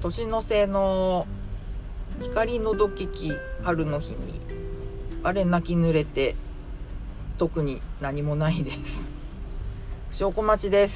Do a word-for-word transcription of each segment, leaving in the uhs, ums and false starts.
年の瀬の光のどけき春の日にあれ泣き濡れて特に何もないです。証拠待ちです。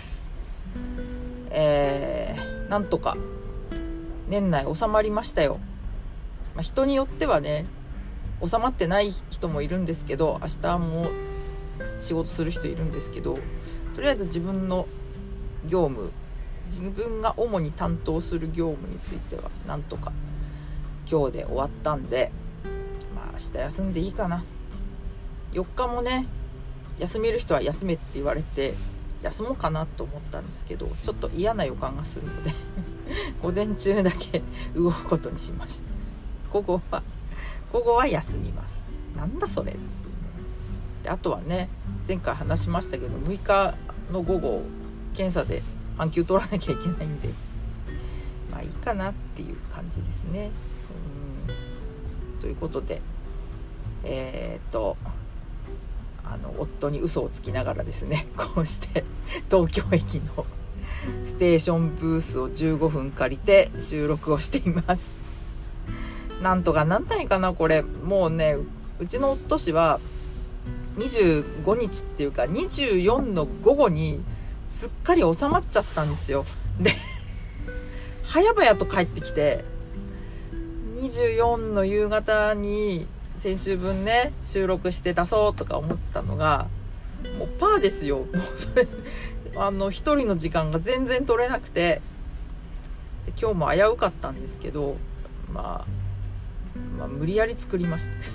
えー、なんとか年内収まりましたよ。まあ、人によってはね収まってない人もいるんですけど、明日も仕事する人いるんですけど、とりあえず自分の業務、自分が主に担当する業務についてはなんとか今日で終わったんで、まあ明日休んでいいかなって。よっかもね休める人は休めって言われて休もうかなと思ったんですけど、ちょっと嫌な予感がするので午前中だけ動くことにしました。午後は午後は休みます。なんだそれっていうね。であとはね前回話しましたけどむいかの午後検査で半休取らなきゃいけないんで、まあいいかなっていう感じですね。うんということでえー、っとあの夫に嘘をつきながらですね、こうして東京駅のステーションブースをじゅうごふん借りて収録をしています。なんとかなんないかなこれ。もうねうちの夫氏はにじゅうごにちっていうかにじゅうよっかの午後にすっかり収まっちゃったんですよ。で早々と帰ってきてにじゅうよっかの夕方に先週分ね収録して出そうとか思ってたのがもうパーですよ。もうそれあの一人の時間が全然取れなくて、で今日も危うかったんですけど、まあ、まあ無理やり作りました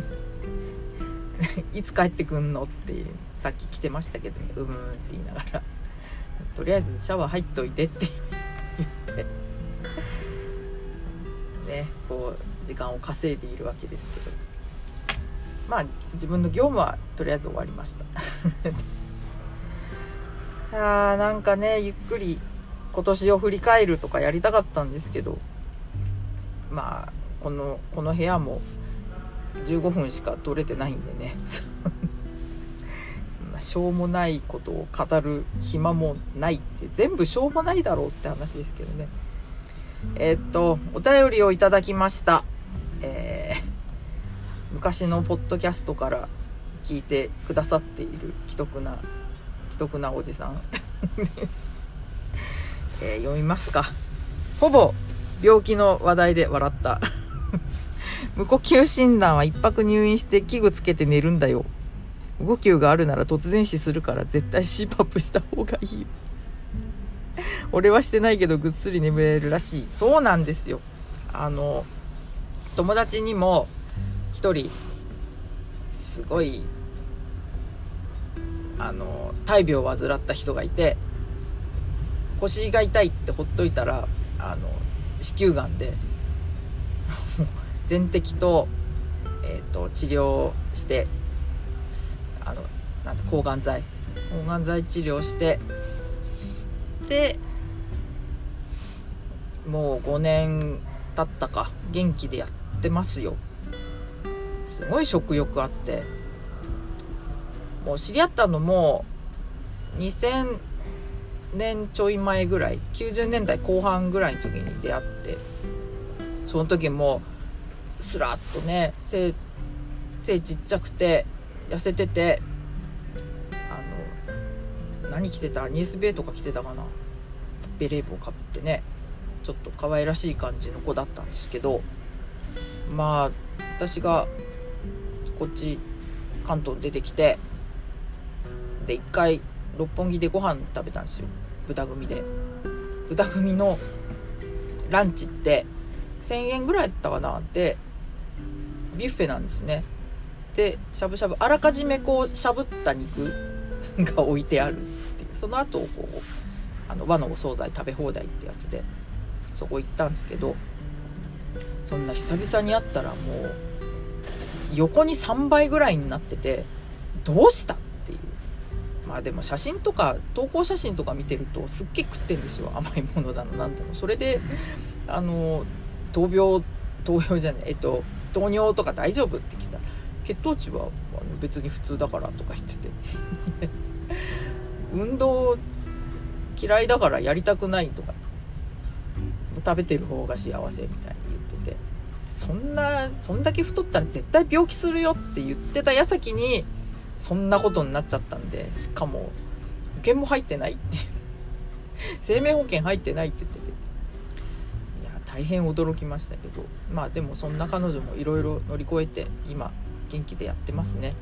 いつ帰ってくんのってさっき来てましたけど、うーんって言いながらとりあえずシャワー入っといてって言ってね、こう時間を稼いでいるわけですけど、まあ自分の業務はとりあえず終わりましたあーなんかねゆっくり今年を振り返るとかやりたかったんですけど、まあこのこの部屋もじゅうごふんしか取れてないんでねそんなしょうもないことを語る暇もないって、全部しょうもないだろうって話ですけどね。えー、っとお便りをいただきました。えー、昔のポッドキャストから聞いてくださっている既得な既得なおじさん、えー、読みますか。ほぼ病気の話題で笑った無呼吸診断はいっぱく入院して器具つけて寝るんだよ。無呼吸があるなら突然死するから絶対 シーパップ した方がいいよ俺はしてないけどぐっすり眠れるらしい。そうなんですよ。あの友達にも一人すごいあの大病を患った人がいて、腰が痛いってほっといたらあの子宮がんで全摘と、えー、と治療してあのなんて抗がん剤抗がん剤治療してでもうごねん経ったか元気でやってますよ。すごい食欲あって、もう知り合ったのもにせんねんちょい前ぐらい、きゅうじゅうねんだいこう半ぐらいの時に出会って、その時もスラッとね背背ちっちゃくて痩せてて、あの何着てたニュースベイとか着てたかな、ベレー帽かぶってねちょっと可愛らしい感じの子だったんですけど、まあ私がこっち関東出てきてで一回六本木でご飯食べたんですよ。豚組で豚組のランチってせんえんぐらいだったかな。でビュッフェなんですね。でしゃぶしゃぶあらかじめこうしゃぶった肉が置いてあるっていう、その後こうあの和のお惣菜食べ放題ってやつでそこ行ったんですけど、そんな久々に会ったらもう横にさんばいぐらいになってて、どうしたっていう。まあでも写真とか投稿写真とか見てるとすっげえ食ってんですよ。甘いものだのなんでも。それであの糖病糖病じゃないえっと糖尿とか大丈夫って聞いたら、血糖値は別に普通だからとか言ってて運動嫌いだからやりたくないとか、 食べてる方が幸せみたいに言ってて、そんなそんだけ太ったら絶対病気するよって言ってた矢先にそんなことになっちゃったんで、しかも保険も入ってないって生命保険入ってないって言ってて、いや大変驚きましたけど、まあでもそんな彼女もいろいろ乗り越えて今元気でやってますね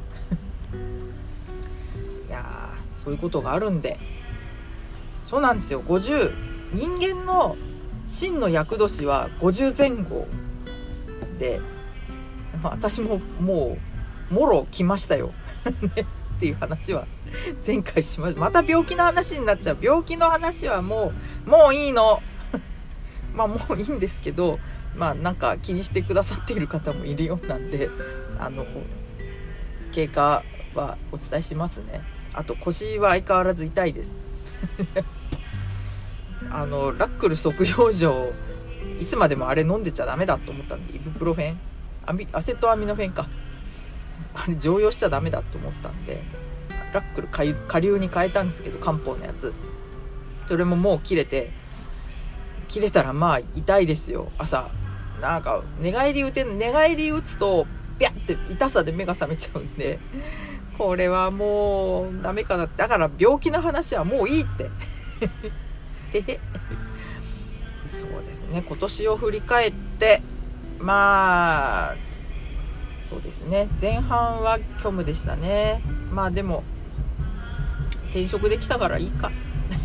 いやそういうことがあるんで、そうなんですよ。ごじゅう、人間の真の厄年はごじゅうぜん後で、まあ、私ももうもろ来ましたよねっていう話は前回しました。また病気の話になっちゃう。病気の話はもうもういいのまあもういいんですけど、まあなんか気にしてくださっている方もいるようなんで、あの経過はお伝えしますね。あと腰は相変わらず痛いですあのラックル即養生いつまでもあれ飲んでちゃダメだと思ったんで、イブプロフェンアミアセトアミノフェンか、あれ常用しちゃダメだと思ったんで、ラックル下流に変えたんですけど、漢方のやつ、それももう切れて、切れたらまあ痛いですよ。朝なんか寝返り打て寝返り打つとビャッて痛さで目が覚めちゃうんで、これはもうダメかな。だから病気の話はもういいってでそうですね、今年を振り返って、まあそうですね、前半は虚無でしたね。まあでも転職できたからいいか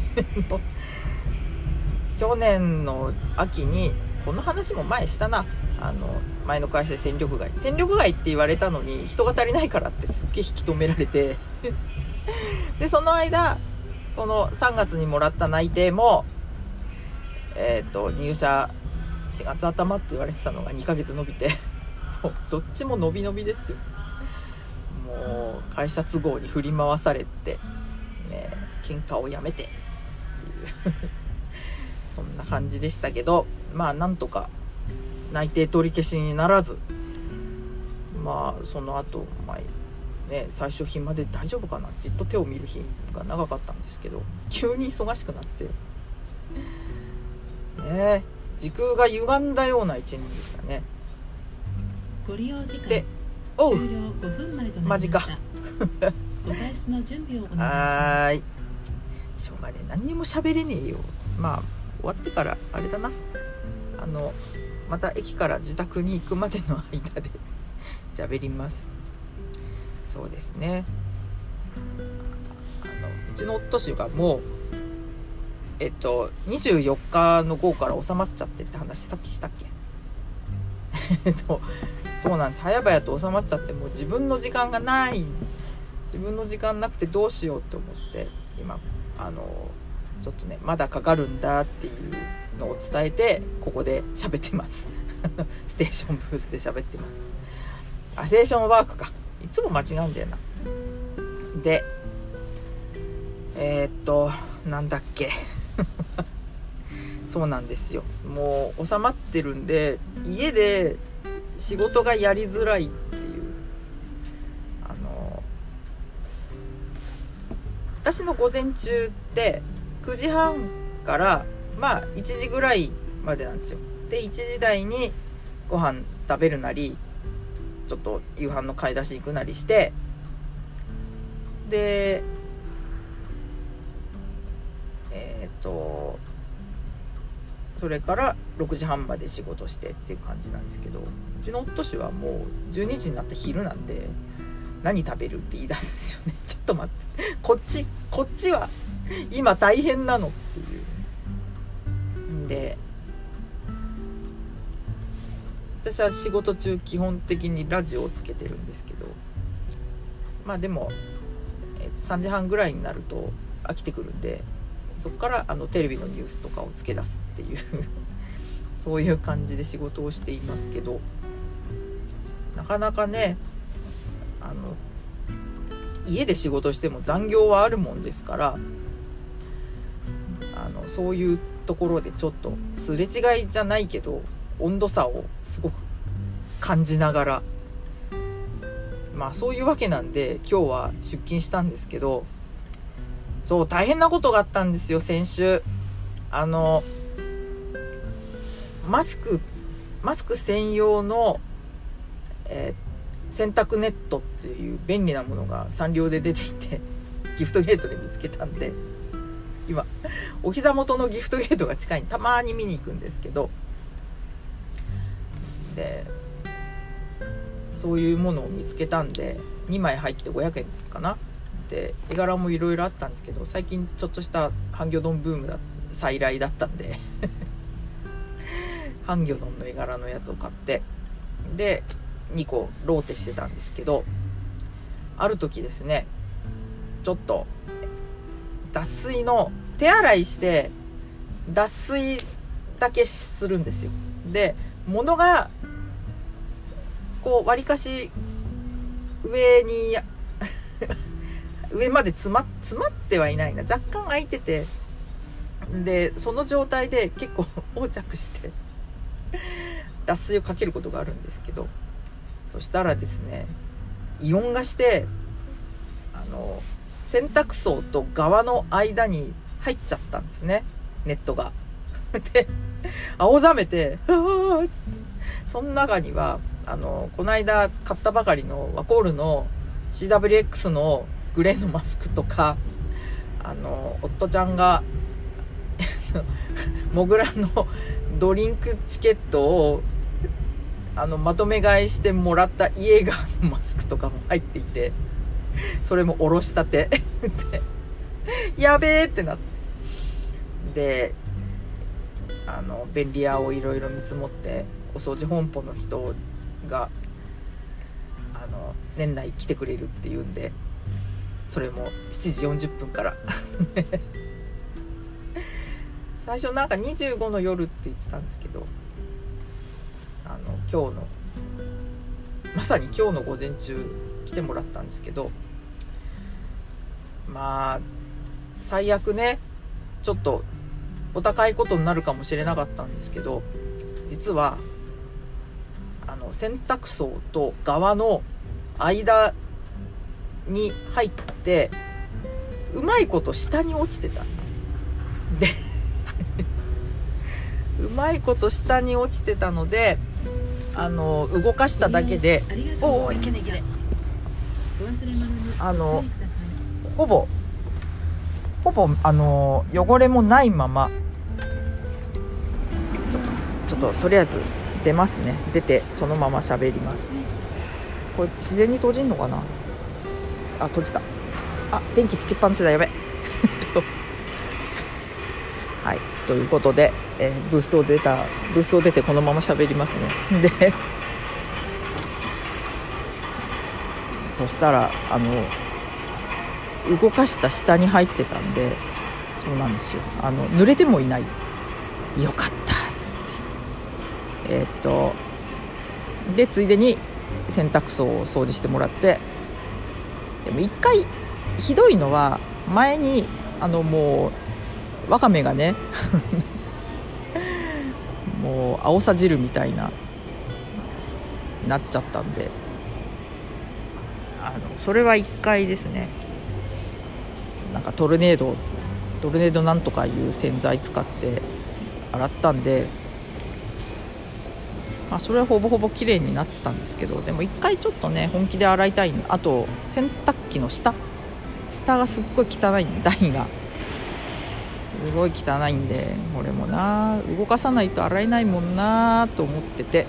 去年の秋にこの話も前したな、あの前の会社で戦力外戦力外って言われたのに人が足りないからってすっげえ引き止められてでその間このさんがつにもらった内定もえっと入社しがつ頭って言われてたのがにかげつ伸びてもうどっちも伸び伸びですよ。もう会社都合に振り回されてね、喧嘩をやめてっていうそんな感じでしたけど、まあなんとか内定取り消しにならず、まあその後、まあね、最初暇で大丈夫かな、じっと手を見る日が長かったんですけど、急に忙しくなってね、時空が歪んだようないちねんでしたね。 ご利用時間で、おう終了ごふんまでとなりました。 マジかご退出の準備をお願いします。 はーい、しょうがねえ、何にも喋れねえよ。まあ終わってからあれだな、あのまた駅から自宅に行くまでの間で喋ります。そうですね、あのうちの夫氏がもうえっとにじゅうよっかの号から収まっちゃってって話さっきしたっけえっとそうなんです、早々と収まっちゃって、もう自分の時間がない自分の時間なくてどうしようと思って、今あのちょっとねまだかかるんだっていうのを伝えてここで喋ってますステーションブースで喋ってます。あ、ステーションワークか、いつも間違うんだよな。でえー、っとなんだっけそうなんですよ、もう収まってるんで家で仕事がやりづらいっていう、あの私の午前中ってくじはんからまあいちじぐらいまでなんですよ。でいちじ台にご飯食べるなりちょっと夕飯の買い出し行くなりして、でえっとそれからろくじはんまで仕事してっていう感じなんですけど、うちの夫氏はもうじゅうにじになった昼なんで何食べるって言い出すんですよね。ちょっと待って、こっちこっちは今大変なのっていう。で私は仕事中基本的にラジオをつけてるんですけど、まあでもさんじはんぐらいになると飽きてくるんで、そこからあのテレビのニュースとかをつけ出すっていうそういう感じで仕事をしていますけど、なかなかね、あの家で仕事しても残業はあるもんですから、あのそういうところでちょっとすれ違いじゃないけど温度差をすごく感じながら、まあそういうわけなんで今日は出勤したんですけど、そう大変なことがあったんですよ。先週あのマスクマスク専用の、えー、洗濯ネットっていう便利なものがサンリオで出ていてギフトゲートで見つけたんで、今お膝元のギフトゲートが近いにたまに見に行くんですけど、でそういうものを見つけたんでにまい入ってごひゃくえんかな。で絵柄もいろいろあったんですけど、最近ちょっとしたハンギョドンブームだ再来だったんでハンギョドンの絵柄のやつを買って、でにこローテしてたんですけど、ある時ですね、ちょっと脱水の手洗いして脱水だけするんですよ。で物がこうわりかし上に上まで詰ま、詰まってはいないな、若干空いてて、でその状態で結構横着して脱水をかけることがあるんですけど、そしたらですね、イオンがしてあの洗濯槽と側の間に入っちゃったんですね、ネットがで青ざめてあーっつって、その中にはあのこの間買ったばかりのワコールの シーダブリューエックス のグレーのマスクとか、あの夫ちゃんがモグラのドリンクチケットをあのまとめ買いしてもらったイエーガーのマスクとかも入っていて、それもおろしたてでやべーってなって、であの便利屋をいろいろ見積もって、お掃除本舗の人があの年内来てくれるっていうんで、それもしちじよんじゅっぷんから最初なんかにじゅうごの夜って言ってたんですけど、あの今日のまさに今日の午前中来てもらったんですけど、まあ最悪ねちょっとお高いことになるかもしれなかったんですけど、実はあの洗濯槽と側の間に入ってうまいこと下に落ちてたんですでうまいこと下に落ちてたので、あの動かしただけで、おおいけねいけねあのほぼほぼあの汚れもないまま、ちょっと、ちょっととりあえず出ますね。出てそのまま喋ります。これ自然に閉じんのかなあ、閉じた。あ、電気つけっぱなしだ、やべはい、ということで、えー、ブースを出たブースを出てこのまま喋りますね。でそしたらあの動かした下に入ってたんで、そうなんですよ、あの濡れてもいない、よかったってえー、っとでついでに洗濯槽を掃除してもらって、でも一回ひどいのは前にあのもうわかめがねもう青さ汁みたいななっちゃったんで、あのそれは一回ですね、なんかトルネードトルネードなんとかいう洗剤使って洗ったんで、まあ、それはほぼほぼ綺麗になってたんですけど、でも一回ちょっとね本気で洗いたい。あと洗濯機の下下がすっごい汚い、台がすごい汚いんで、これもな動かさないと洗えないもんなと思ってて、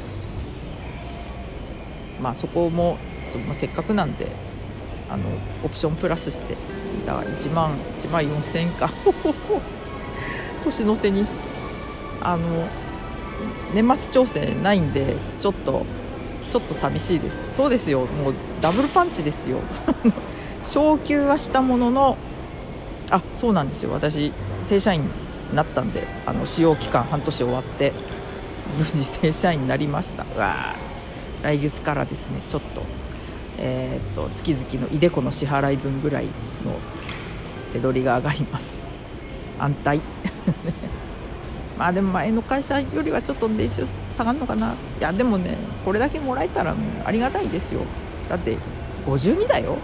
まあそこもせっかくなんであのオプションプラスして、だからいちまんよんせんえんか年の瀬にあの年末調整ないんで、ちょっとちょっと寂しいです。そうですよ、もうダブルパンチですよ昇給はしたものの、あ、そうなんですよ、私正社員になったんで、あの使用期間半年終わって無事正社員になりました。うわ来月からですね、ちょっとえー、っと月々のイデコの支払い分ぐらいの手取りが上がります。安泰まあでも前の会社よりはちょっと年収下がるのかな。いやでもね、これだけもらえたらありがたいですよ。だってごじゅうにだよ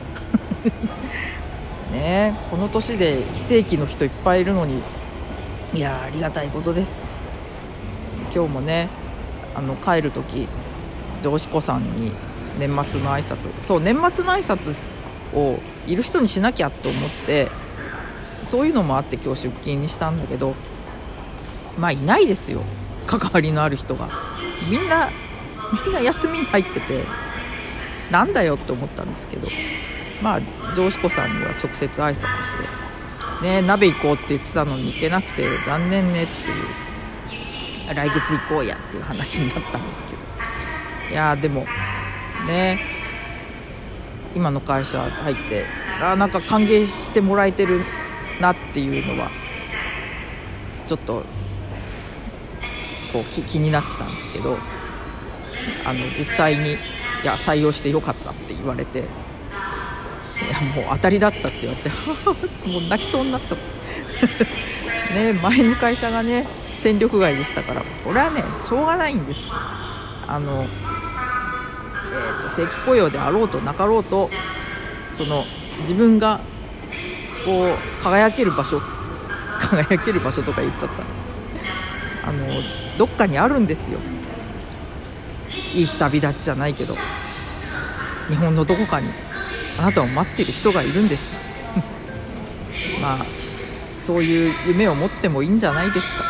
ね、この年で非正規の人いっぱいいるのに、いやありがたいことです。 今日もねあの帰る時上司子さんに年末の挨拶そう年末の挨拶をいる人にしなきゃと思ってそういうのもあって今日出勤にしたんだけど、まあいないですよ関わりのある人が。みんなみんな休みに入っててなんだよって思ったんですけど、まあ上司子さんには直接挨拶してね、鍋行こうって言ってたのに行けなくて残念ねっていう、来月行こうやっていう話になったんですけど、いやでもね今の会社入ってあなんか歓迎してもらえてるなっていうのはちょっとこう 気, 気になってたんですけど、あの実際にいや採用してよかったって言われて、いやもう当たりだったって言われてもう泣きそうになっちゃったね。前の会社がね戦力外でしたから、これはねしょうがないんです。あの、えー、と正規雇用であろうとなかろうとその自分がこう輝ける場所輝ける場所とか言っちゃった、あのどっかにあるんですよ。いい日旅立ちじゃないけど日本のどこかにあなたを待っている人がいるんですまあそういう夢を持ってもいいんじゃないですか。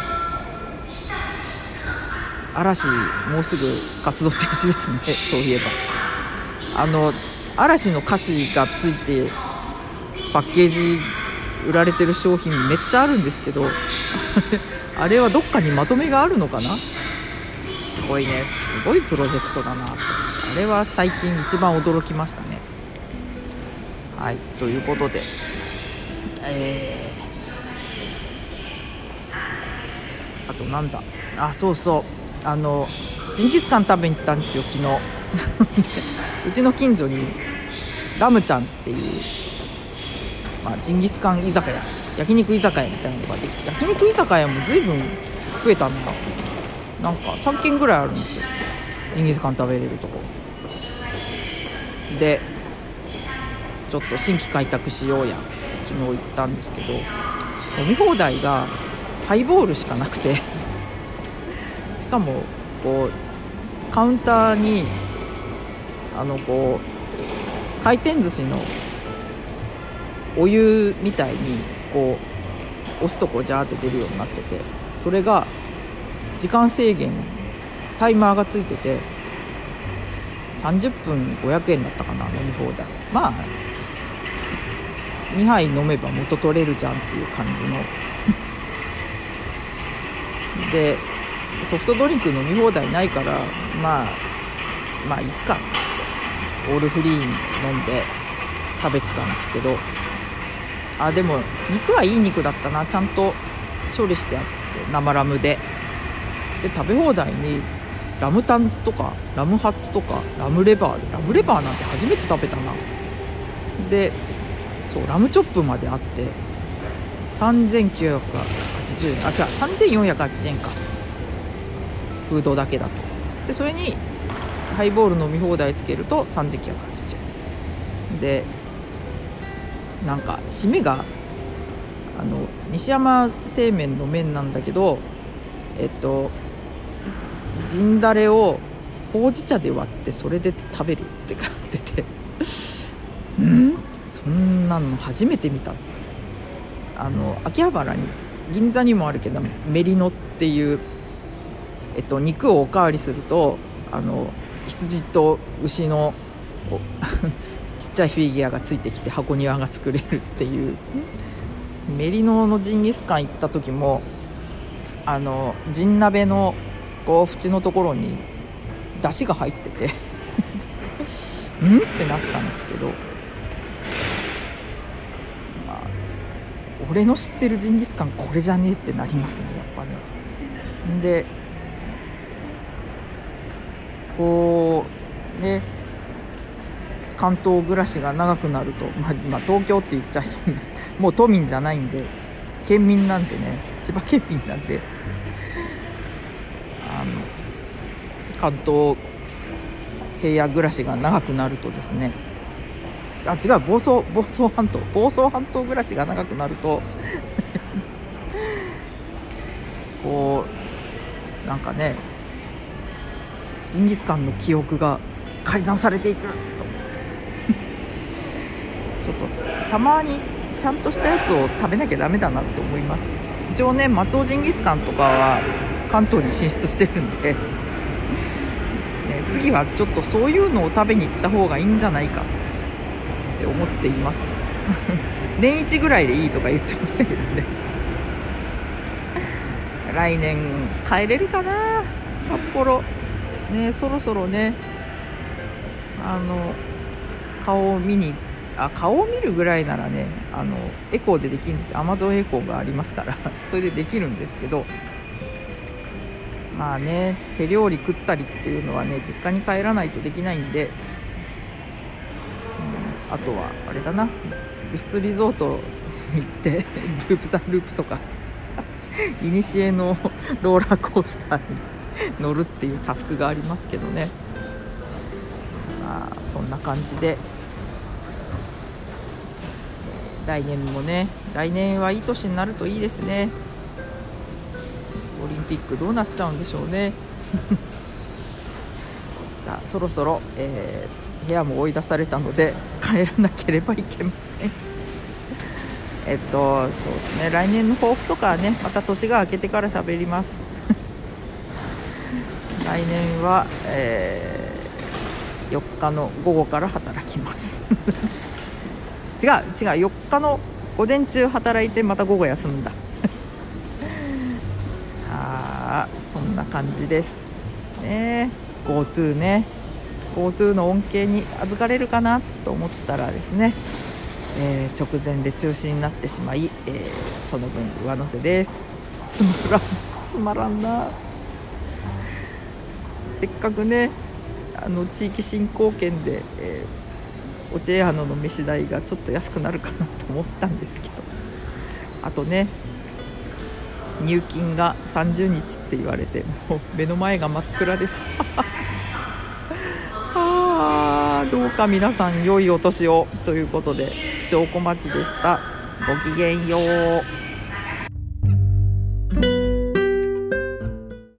嵐もうすぐ活動停止ですねそういえばあの嵐の歌詞がついてパッケージ売られてる商品めっちゃあるんですけどあれはどっかにまとめがあるのかな。すごいねすごいプロジェクトだなと、あれは最近一番驚きましたね。はいということで、えー、あとなんだあそうそうあのジンギスカン食べに行ったんですよ昨日うちの近所にラムちゃんっていう、まあ、ジンギスカン居酒屋焼肉居酒屋みたいなのができて、焼肉居酒屋も随分増えたんだ。なんかさんけんぐらいあるんですよジンギスカン食べれるとこで、ちょっと新規開拓しようやって昨日行ったんですけど、飲み放題がハイボールしかなくてしかもこうカウンターにあのこう回転寿司のお湯みたいにこう押すとこジャーって出るようになってて、それが時間制限タイマーがついててさんじゅっぷんごひゃくえんだったかな飲み放題。まあにはい飲めば元取れるじゃんっていう感じのでソフトドリンク飲み放題ないからまあまあいいかオールフリーに飲んで食べてたんですけど、あでも肉はいい肉だったな、ちゃんと処理してあって生ラムでで食べ放題にラムタンとかラムハツとかラムレバーラムレバーなんて初めて食べたな。でそうラムチョップまであってさんぜんきゅうひゃくはちじゅうえん、あ違うさんぜんよんひゃくはちじゅうえんか、フードだけだと。でそれにハイボール飲み放題つけるとさんぜんきゅうひゃくはちじゅうえんで、なんか締めがあの西山製麺の麺なんだけど、えっとジンダレをほうじ茶で割ってそれで食べるって書いててんそんなの初めて見た。あの秋葉原に銀座にもあるけどメリノっていう、えっと、肉をおかわりするとあの羊と牛のちっちゃいフィギュアがついてきて箱庭が作れるっていう。メリノのジンギスカン行った時もあのジン鍋のこう縁のところに出汁が入っててんってなったんですけど、まあ、俺の知ってるジンギスカンこれじゃねえってなりますねやっぱね。でこうね関東暮らしが長くなると、まあ、まあ東京って言っちゃいそうになる、もう都民じゃないんで県民なんでね、千葉県民なんであの関東平野暮らしが長くなるとですね、あ違う房総房総半島房総半島暮らしが長くなるとこなんかねジンギスカンの記憶が改ざんされていくと思ってちょっとたまにちゃんとしたやつを食べなきゃダメだなと思います。一応ね松尾ジンギスカンとかは関東に進出してるんで、ね、次はちょっとそういうのを食べに行った方がいいんじゃないかって思っています年一ぐらいでいいとか言ってましたけどね来年帰れるかな札幌ね。そろそろねあの顔を見にあ顔を見るぐらいならねあのエコーでできるんです。アマゾンエコーがありますからそれでできるんですけど、まあね手料理食ったりっていうのはね実家に帰らないとできないんで、うん、あとはあれだなルスツリゾートに行ってループザループとかいにしえのローラーコースターに乗るっていうタスクがありますけどね。まあそんな感じで来年もね来年はいい年になるといいですね。オリンピックどうなっちゃうんでしょうねさあそろそろ、えー、部屋も追い出されたので帰らなければいけませんえっとそうですね来年の抱負とかはねまた年が明けてから喋ります来年は、えー、よっかの午後から働きます違う違うよっかの午前中働いてまた午後休むんだあそんな感じですね。 GoTo ね GoTo の恩恵に預かれるかなと思ったらですね、えー、直前で中止になってしまい、えー、その分上乗せです。つまらんつまらんな。せっかくねあの地域振興券で、えーおちえやのの飯代がちょっと安くなるかなと思ったんですけど、あとね入金がさんじゅうにちって言われてもう目の前が真っ暗ですあーどうか皆さん良いお年をということで証拠待ちでした。ごきげんよう。